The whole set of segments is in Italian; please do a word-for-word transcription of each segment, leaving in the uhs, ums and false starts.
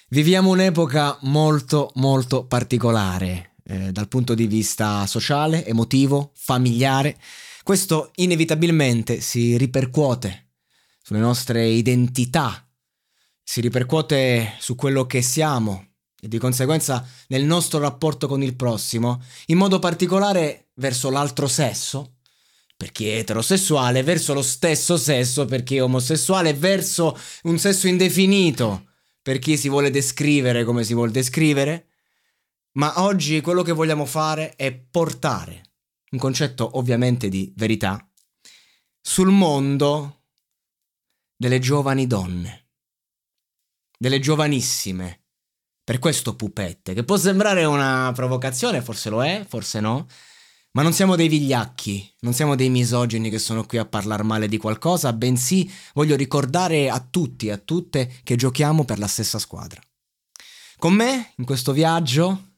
Viviamo un'epoca molto molto particolare eh, dal punto di vista sociale, emotivo, familiare. Questo inevitabilmente si ripercuote sulle nostre identità, si ripercuote su quello che siamo e di conseguenza nel nostro rapporto con il prossimo, in modo particolare verso l'altro sesso, per chi è eterosessuale, verso lo stesso sesso per chi è omosessuale, verso un sesso indefinito per chi si vuole descrivere come si vuole descrivere. Ma oggi quello che vogliamo fare è portare un concetto ovviamente di verità sul mondo delle giovani donne, delle giovanissime, per questo pupette, che può sembrare una provocazione, forse lo è, forse no, ma non siamo dei vigliacchi, non siamo dei misogini che sono qui a parlare male di qualcosa, bensì voglio ricordare a tutti e a tutte che giochiamo per la stessa squadra. Con me, in questo viaggio,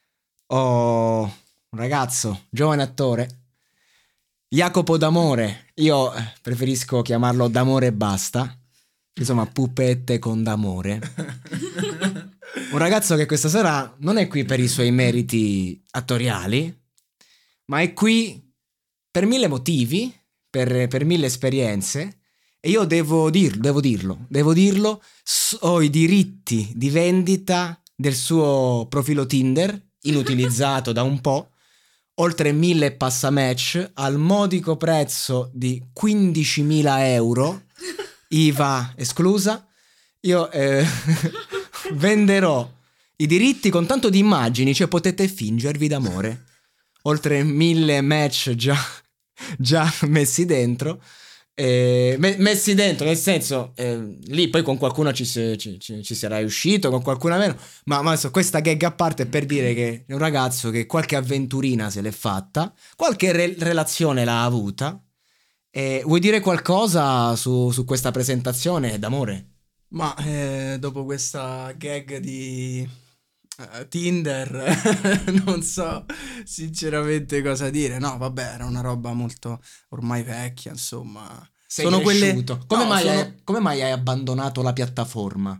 ho un ragazzo, giovane attore, Jacopo D'Amore. Io preferisco chiamarlo D'Amore e basta, insomma pupette con D'Amore. Un ragazzo che questa sera non è qui per i suoi meriti attoriali, ma è qui per mille motivi, per, per mille esperienze, e io devo dirlo, devo dirlo, devo dirlo, ho i diritti di vendita del suo profilo Tinder, inutilizzato da un po', oltre mille passamatch al modico prezzo di quindicimila euro, I V A esclusa. Io eh, venderò i diritti con tanto di immagini, cioè potete fingervi d'amore. Oltre mille match già, già messi dentro, eh, me, messi dentro nel senso, eh, lì poi con qualcuno ci, ci, ci, ci sarai uscito, con qualcuno meno, ma, ma so, questa gag a parte è per dire che è un ragazzo che qualche avventurina se l'è fatta, qualche re- relazione l'ha avuta. Eh, vuoi dire qualcosa su, su questa presentazione, D'Amore? Ma eh, dopo questa gag di uh, Tinder non so sinceramente cosa dire. No, vabbè, era una roba molto ormai vecchia, insomma. Sei sono cresciuto. quelle... Come, no, mai sono... hai, come mai hai abbandonato la piattaforma?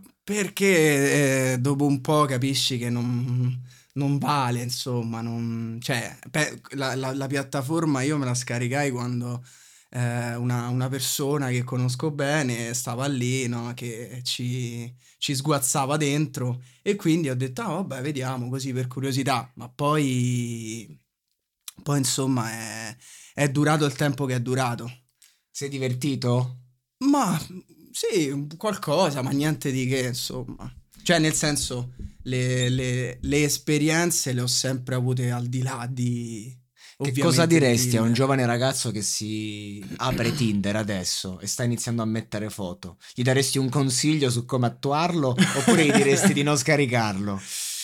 Perché eh, dopo un po' capisci che non, non vale, insomma, non... cioè, pe- la, la, la piattaforma io me la scaricai quando eh, una, una persona che conosco bene stava lì, no? Che ci, ci sguazzava dentro e quindi ho detto, ah, vabbè, vediamo così per curiosità, ma poi, poi insomma è, è durato il tempo che è durato. Sei divertito? Ma sì, qualcosa, ma niente di che, insomma. Cioè, nel senso, le, le, le esperienze le ho sempre avute al di là di... Che cosa ovviamente, diresti a un Tinder. giovane ragazzo che si apre Tinder adesso e sta iniziando a mettere foto? Gli daresti un consiglio su come attuarlo oppure gli diresti di non scaricarlo?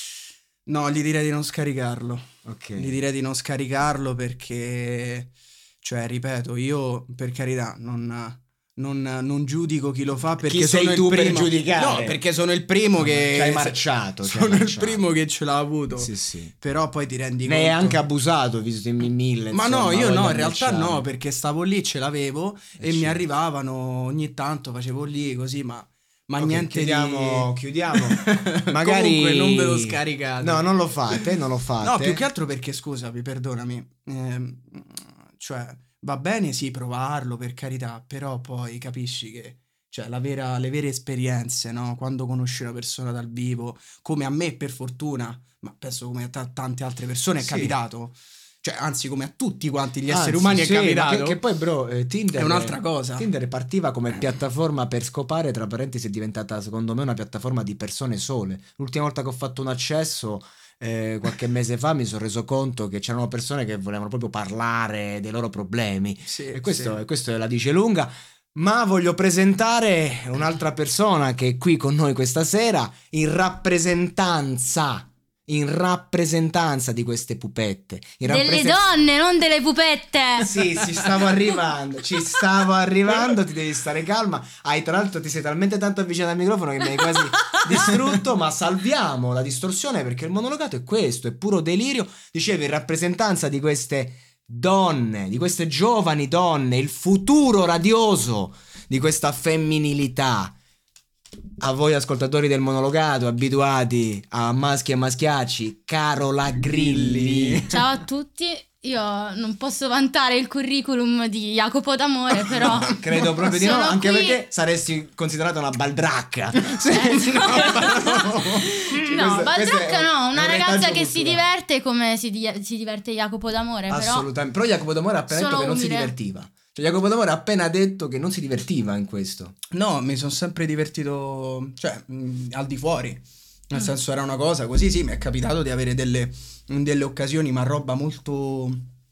No, gli direi di non scaricarlo. Ok. Gli direi di non scaricarlo perché, cioè, ripeto, io per carità non... Non, non giudico chi lo fa perché Chi sono sei il tu per primo. giudicare? No, perché sono il primo che Ci hai marciato, ci hai sono il marciato. primo che ce l'ha avuto. Sì, sì. Però poi ti rendi Ne conto. hai anche abusato, visto in mille. Ma insomma, no, io voglio no, in realtà abbracciare. no, perché stavo lì, ce l'avevo Eh, e mi sì. arrivavano ogni tanto, facevo lì così, ma, ma Ok, niente chiudiamo, di... chiudiamo. Magari Comunque non ve lo scaricate. No, non lo fate, non lo fate. No, più che altro perché, scusami, perdonami, ehm, cioè, va bene sì provarlo, per carità, però poi capisci che, cioè, la vera, le vere esperienze, no? Quando conosci una persona dal vivo, come a me per fortuna, ma penso come a t- tante altre persone è Sì. capitato, cioè, anzi come a tutti quanti gli Anzi, esseri umani sì, è ma capitato. Che, che poi, bro, eh, Tinder È un'altra cosa. Tinder partiva come piattaforma per scopare, tra parentesi è diventata secondo me una piattaforma di persone sole. L'ultima volta che ho fatto un accesso, eh, qualche mese fa, mi sono reso conto che c'erano persone che volevano proprio parlare dei loro problemi. Sì, E questo, sì. e questo la dice lunga. Ma voglio presentare un'altra persona che è qui con noi questa sera in rappresentanza in rappresentanza di queste pupette, in Delle rappresen- donne, non delle pupette. Sì, ci stavo arrivando, ci stavo arrivando, ti devi stare calma. Hai, tra l'altro, ti sei talmente tanto avvicinato al microfono che mi hai quasi distrutto, ma salviamo la distorsione perché il monologato è questo, è puro delirio. Dicevi in rappresentanza di queste donne, di queste giovani donne, il futuro radioso di questa femminilità. A voi ascoltatori del monologato, abituati a maschi e maschiacci, Carola Grilli. Ciao a tutti. Io non posso vantare il curriculum di Jacopo D'Amore, però credo proprio di no, sono anche qui... perché saresti considerata una baldracca. Certo. No, baldracca no, una ragazza che culturale. si diverte come si, di- si diverte Jacopo D'Amore. Assolutamente. Però, però Jacopo D'Amore ha appena detto che non si umile. divertiva. Cioè Jacopo D'Amore ha appena detto che non si divertiva in questo. No, mi sono sempre divertito, cioè, mh, al di fuori. Nel Mm. senso era una cosa così, sì, mi è capitato di avere delle, delle occasioni, ma roba molto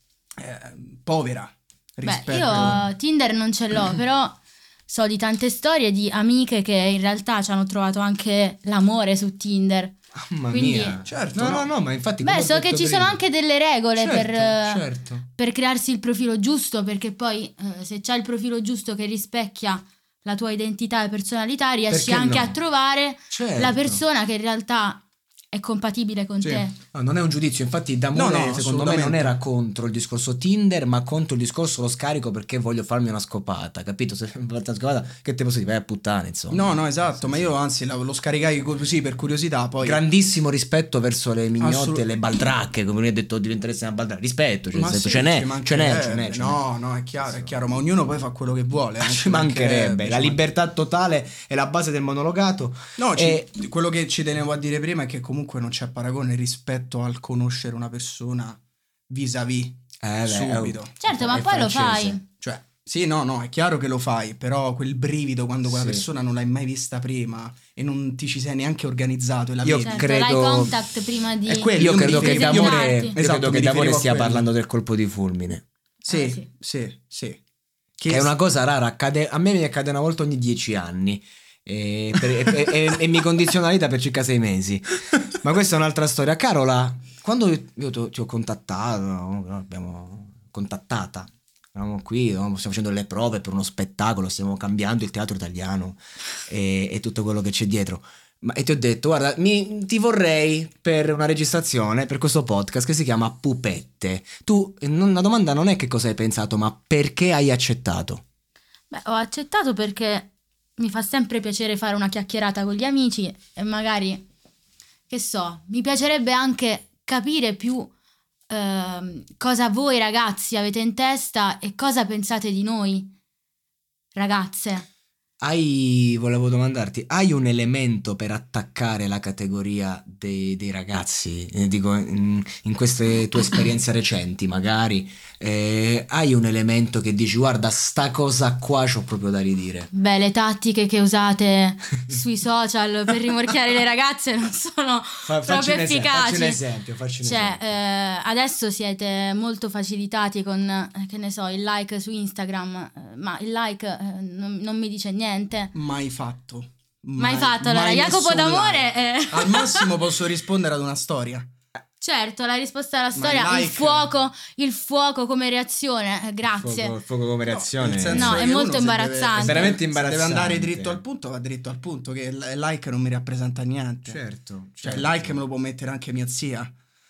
eh, povera rispetto... Beh, io Tinder non ce l'ho, però so di tante storie di amiche che in realtà ci hanno trovato anche l'amore su Tinder. Mamma Quindi- mia. Certo, No, no. no, no, ma infatti Beh, come ho so detto che ci prima. sono anche delle regole Certo, per, eh, certo. per crearsi il profilo giusto, perché poi eh, se c'hai il profilo giusto che rispecchia la tua identità e personalità, riesci Perché anche no? a trovare Certo. la persona che in realtà è compatibile con Sì. te. No, non è un giudizio, infatti D'Amore No, no, secondo me non assolutamente. era contro il discorso Tinder, ma contro il discorso lo scarico perché voglio farmi una scopata, capito? Se mi faccio una scopata, che te posso dire? Vai a puttane, insomma. No, no, esatto, ma io anzi la- lo scaricai così per curiosità, poi... Grandissimo rispetto verso le mignotte Assolut- e le baldracche, come lui ha detto diventeresti una baldracca. Rispetto, cioè, Ma nel senso, sì, ce n'è, ci ce n'è, mancherebbe. ce n'è, ce n'è. No, no, è chiaro, è chiaro, ma ognuno poi fa quello che vuole. eh, Ci mancherebbe, la ci libertà totale è la base del monologato. No, ci- E- quello che ci tenevo a dire prima è che comunque non c'è paragone rispetto al conoscere una persona vis-à-vis Eh, beh, subito. Certo, ma è poi lo francese. fai. Cioè, sì, no, no, è chiaro che lo fai, però quel brivido quando quella Sì. persona non l'hai mai vista prima e non ti ci sei neanche organizzato e la Io vedi. Certo, credo- l'hai contact prima di... È quello. Io mi credo che riferivo- D'Amore, io Esatto, credo che mi D'Amore riferivo a stia quello. parlando del colpo di fulmine. Sì, Ah, sì, sì. sì, Che è una cosa rara, accade, a me mi accade una volta ogni dieci anni e, per- e- e- e mi condiziona la vita per circa sei mesi. Ma questa è un'altra storia. Carola, quando io, io ti ho- ti ho contattato, no, abbiamo contattata, eravamo qui, no, stiamo facendo le prove per uno spettacolo, stiamo cambiando il teatro italiano e, e tutto quello che c'è dietro. Ma, e ti ho detto, guarda, mi, ti vorrei per una registrazione, per questo podcast che si chiama Pupette. Tu, non- una domanda non è che cosa hai pensato, ma perché hai accettato? Beh, ho accettato perché mi fa sempre piacere fare una chiacchierata con gli amici e magari, che so, mi piacerebbe anche capire più ehm, cosa voi ragazzi avete in testa e cosa pensate di noi, ragazze. Hai, volevo domandarti, hai un elemento per attaccare la categoria dei, dei ragazzi? Eh, dico, in, in queste tue esperienze recenti, magari, eh, hai un elemento che dici, guarda, sta cosa qua c'ho proprio da ridire. Beh, le tattiche che usate sui social per rimorchiare le ragazze non sono Fa- proprio facci un esempio, efficaci. facci un esempio, facci un Cioè, esempio. eh, adesso siete molto facilitati con, eh, che ne so, il like su Instagram, eh, ma il like eh, non, non mi dice niente. Mai fatto. Mai fatto, allora, mai Jacopo nessun D'Amore like. è- Al massimo posso rispondere ad una storia. Certo, la risposta alla Ma storia, il il like- fuoco, il fuoco come reazione, eh, grazie. Fuoco, fuoco come reazione. nel senso No, è che uno molto se imbarazzante. È veramente Se imbarazzante. deve andare dritto al punto, va dritto al punto, che il like non mi rappresenta niente. Certo, Cioè, certo. il like me lo può mettere anche mia zia.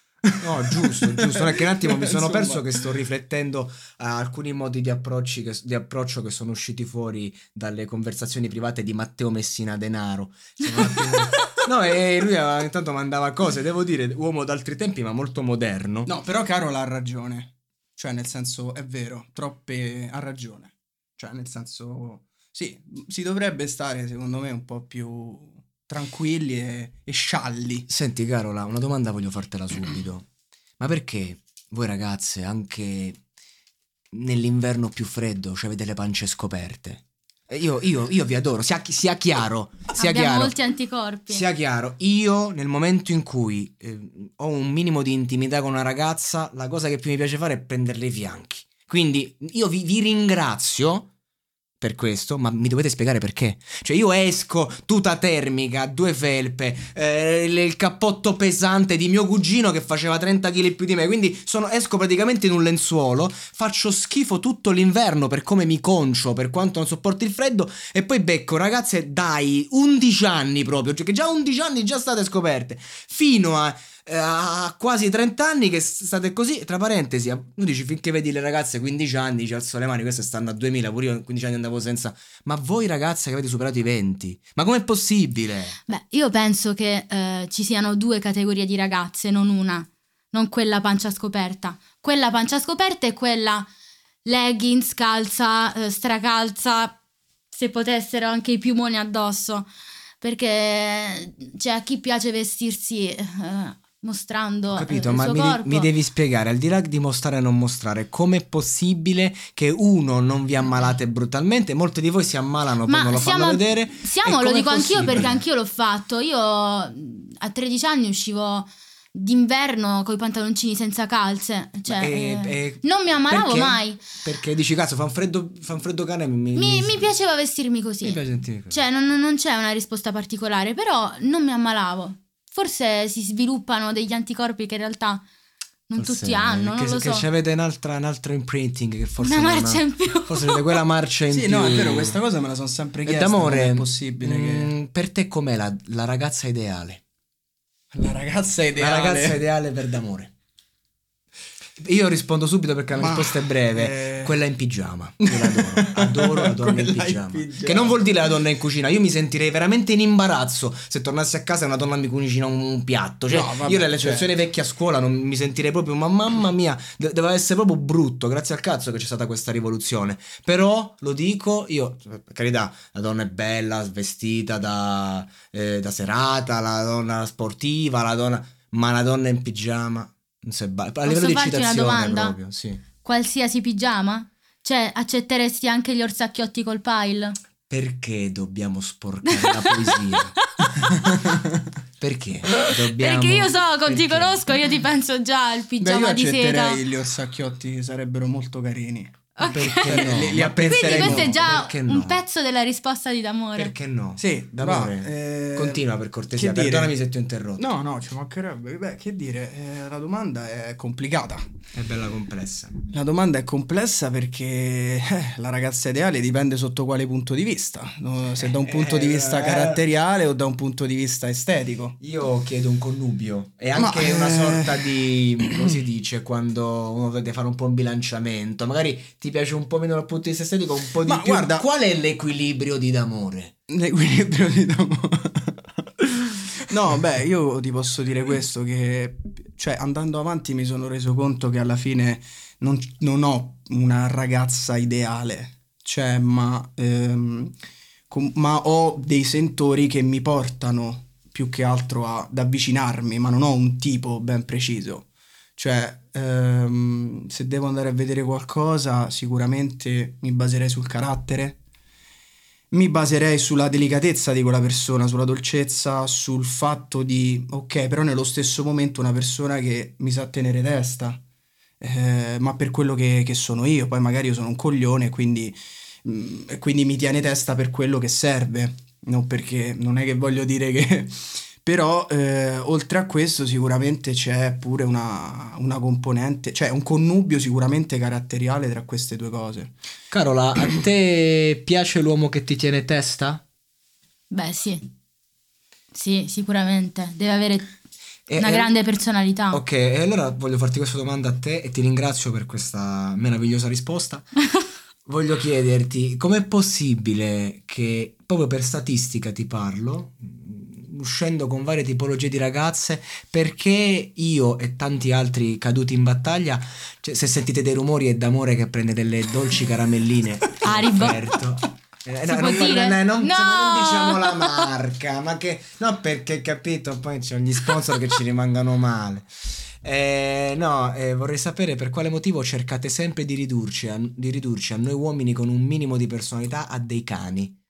No, giusto, giusto. Non è che un attimo mi sono Insomma. perso che sto riflettendo a alcuni modi di, approcci che, di approccio che sono usciti fuori dalle conversazioni private di Matteo Messina Denaro. Sono un attimo- No, e lui aveva- intanto mandava cose, devo dire, uomo d'altri tempi, ma molto moderno. No, però Carola ha ragione. Cioè, nel senso, è vero, troppe ha ragione. Cioè, nel senso, sì, si dovrebbe stare, secondo me, un po' più tranquilli e, e scialli. Senti, Carola, una domanda voglio fartela subito. Ma perché voi ragazze, anche nell'inverno più freddo, cioè avete le pance scoperte? E Io, io, io vi adoro, sia, sia chiaro, sia Abbiamo chiaro. molti anticorpi. Sia chiaro, io nel momento in cui eh, ho un minimo di intimità con una ragazza, la cosa che più mi piace fare è prenderle i fianchi. Quindi io vi, vi ringrazio per questo, ma mi dovete spiegare perché. Cioè io esco tuta termica, due felpe, eh, il, il cappotto pesante di mio cugino che faceva trenta chili più di me, quindi sono, esco praticamente in un lenzuolo, faccio schifo tutto l'inverno per come mi concio, per quanto non sopporti il freddo, e poi becco ragazze dai undici anni proprio, cioè che già undici anni già state scoperte, fino a... a quasi trenta anni che state così. Tra parentesi, tu dici finché vedi le ragazze quindici anni, ci alzo le mani, queste stanno a duemila, pure io a quindici anni andavo stavo senza... Ma voi ragazze che avete superato i venti, ma com'è possibile? Beh, io penso che eh, ci siano due categorie di ragazze, non una, non quella pancia scoperta. Quella pancia scoperta è quella leggings, calza, eh, stracalza, se potessero anche i piumoni addosso, perché c'è a chi piace vestirsi eh, mostrando Ho capito, eh, il ma suo mi, corpo. mi devi spiegare, al di là di mostrare e non mostrare, com'è possibile che uno non vi ammalate brutalmente, molti di voi si ammalano, poi Ma non lo siamo, fanno vedere. siamo e lo com'è dico anch'io possibile? perché anch'io l'ho fatto. Io a tredici anni uscivo d'inverno con i pantaloncini senza calze, cioè E- eh, e- non mi ammalavo perché? mai. Perché dici cazzo fa un freddo, fa un freddo cane, mi, Mi, mi piaceva vestirmi così. mi piace sentirmi così. Cioè non, non c'è una risposta particolare, però non mi ammalavo. Forse si sviluppano degli anticorpi che in realtà non Forse tutti hanno, che, non lo che so. avete un'altra, un altro imprinting che forse Una non marcia ha- in più. forse avete quella marcia in Sì, più. no, è vero, questa cosa me la sono sempre E chiesta. d'amore, come è possibile che mm, per te com'è la, la ragazza ideale? la ragazza ideale... La ragazza ideale per d'amore. Io rispondo subito perché la mia Ma, risposta è breve. eh, Quella in pigiama. Io l'adoro. Adoro la donna in Quella in pigiama. pigiama. Che non vuol dire la donna in cucina. Io mi sentirei veramente in imbarazzo se tornassi a casa e una donna mi cucina un, un piatto. Cioè, No, vabbè, io nelle cioè. situazioni vecchie a scuola non mi sentirei proprio. Ma mamma mia, de- deve essere proprio brutto. Grazie al cazzo che c'è stata questa rivoluzione. Però lo dico, io, per carità, la donna è bella, vestita da, eh, da serata, la donna sportiva, la donna. Ma la donna in pigiama. Non so, ba- a Posso livello di farti una eccitazione domanda? proprio, sì. Qualsiasi pigiama? Cioè, accetteresti anche gli orsacchiotti col pile? Perché dobbiamo sporcare la poesia? Perché dobbiamo... Perché io so, con ti perché? conosco, io ti penso già al Beh, io pigiama di seta. accetterei gli orsacchiotti, sarebbero molto carini. Ok. Perché no? Li- li Ma apprezzerei Quindi questo è molto, già perché un no? pezzo della risposta di d'amore. Perché no? Sì, d'amore. va, eh, Continua per cortesia, che dire? perdonami se ti ho interrotto. No, no, ci mancherebbe. Beh, che dire, eh, la domanda è complicata. È bella complessa. La domanda è complessa perché eh, la ragazza ideale dipende sotto quale punto di vista. No? Se da un punto di vista Eh, caratteriale o da un punto di vista estetico. Io chiedo un connubio e anche Ma, una eh, sorta di, come si dice, quando uno deve fare un po' un bilanciamento, magari ti piace un po' meno dal punto di vista estetico, un po' di Ma più. guarda- Qual è l'equilibrio di d'amore? L'equilibrio di d'amore. No, beh, io ti posso dire questo, che cioè andando avanti mi sono reso conto che alla fine non, non ho una ragazza ideale, cioè ma, ehm, com- ma ho dei sentori che mi portano più che altro a- ad avvicinarmi, ma non ho un tipo ben preciso. Cioè, ehm, se devo andare a vedere qualcosa, sicuramente mi baserei sul carattere. Mi baserei sulla delicatezza di quella persona, sulla dolcezza, sul fatto di, ok, però nello stesso momento una persona che mi sa tenere testa, eh, ma per quello che, che sono io, poi magari io sono un coglione, quindi, mm, e quindi mi tiene testa per quello che serve, non perché, non è che voglio dire che... Però eh, oltre a questo sicuramente c'è pure una, una componente, cioè un connubio sicuramente caratteriale tra queste due cose. Carola, a te piace l'uomo che ti tiene testa? Beh, sì. Sì, sicuramente. Deve avere E- una e- grande personalità. Ok, e allora voglio farti questa domanda a te e ti ringrazio per questa meravigliosa risposta. Voglio chiederti, com'è possibile che, proprio per statistica ti parlo, uscendo con varie tipologie di ragazze, perché io e tanti altri caduti in battaglia, cioè, se sentite dei rumori è d'amore che prende delle dolci caramelline Haribo. offerto. Eh, Si no, può non, fa- dire? no, non- No! non diciamo la marca, ma che no, perché capito, poi c'è gli sponsor che ci rimangano male. Eh, no, eh, vorrei sapere per quale motivo cercate sempre di ridurci, a, di ridurci a noi uomini con un minimo di personalità a dei cani.